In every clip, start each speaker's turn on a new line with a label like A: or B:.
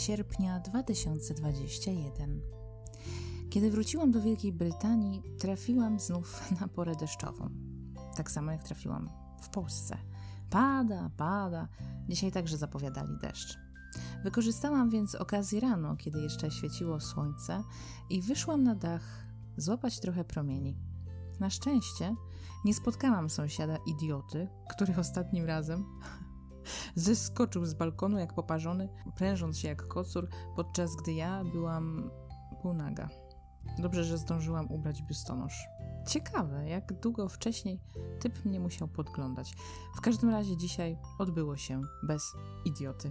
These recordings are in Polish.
A: sierpnia 2021. Kiedy wróciłam do Wielkiej Brytanii, trafiłam znów na porę deszczową. Tak samo jak trafiłam w Polsce. Pada. Dzisiaj także zapowiadali deszcz. Wykorzystałam więc okazję rano, kiedy jeszcze świeciło słońce i wyszłam na dach złapać trochę promieni. Na szczęście nie spotkałam sąsiada idioty, który ostatnim razem zeskoczył z balkonu jak poparzony, prężąc się jak kocur, podczas gdy ja byłam półnaga. Dobrze, że zdążyłam ubrać biustonosz. Ciekawe, jak długo wcześniej typ mnie musiał podglądać. W każdym razie dzisiaj odbyło się bez idioty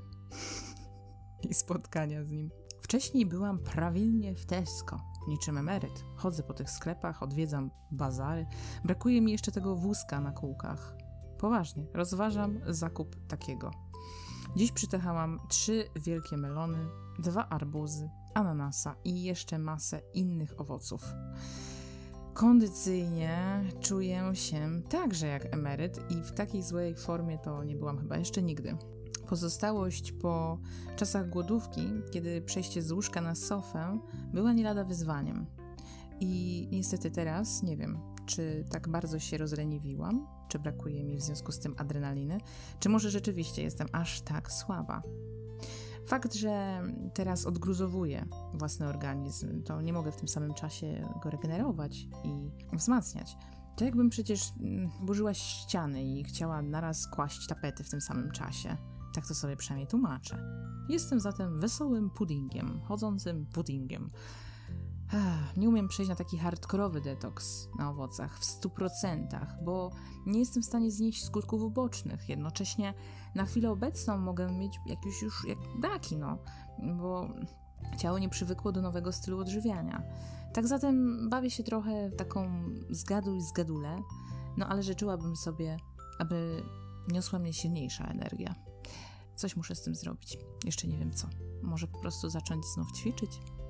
A: i spotkania z nim. Wcześniej byłam prawilnie w Tesco, niczym emeryt. Chodzę po tych sklepach, odwiedzam bazary. Brakuje mi jeszcze tego wózka na kółkach. Poważnie, rozważam zakup takiego. Dziś przytechałam 3 wielkie melony, 2 arbuzy, ananasa i jeszcze masę innych owoców. Kondycyjnie czuję się także jak emeryt i w takiej złej formie to nie byłam chyba jeszcze nigdy. Pozostałość po czasach głodówki, kiedy przejście z łóżka na sofę była nie lada wyzwaniem. I niestety teraz nie wiem, czy tak bardzo się rozleniwiłam, czy brakuje mi w związku z tym adrenaliny, czy może rzeczywiście jestem aż tak słaba. Fakt, że teraz odgruzowuję własny organizm, to nie mogę w tym samym czasie go regenerować i wzmacniać. To jakbym przecież burzyła ściany i chciała naraz kłaść tapety w tym samym czasie. Tak to sobie przynajmniej tłumaczę. Jestem zatem wesołym puddingiem, chodzącym puddingiem. Nie umiem przejść na taki hardkorowy detoks na owocach w 100%, bo nie jestem w stanie znieść skutków ubocznych. Jednocześnie na chwilę obecną mogę mieć jakieś już braki, bo ciało nie przywykło do nowego stylu odżywiania. Tak zatem bawię się trochę w taką zgaduj zgadulę, ale życzyłabym sobie, aby niosła mnie silniejsza energia. Coś muszę z tym zrobić. Jeszcze nie wiem co. Może po prostu zacząć znów ćwiczyć?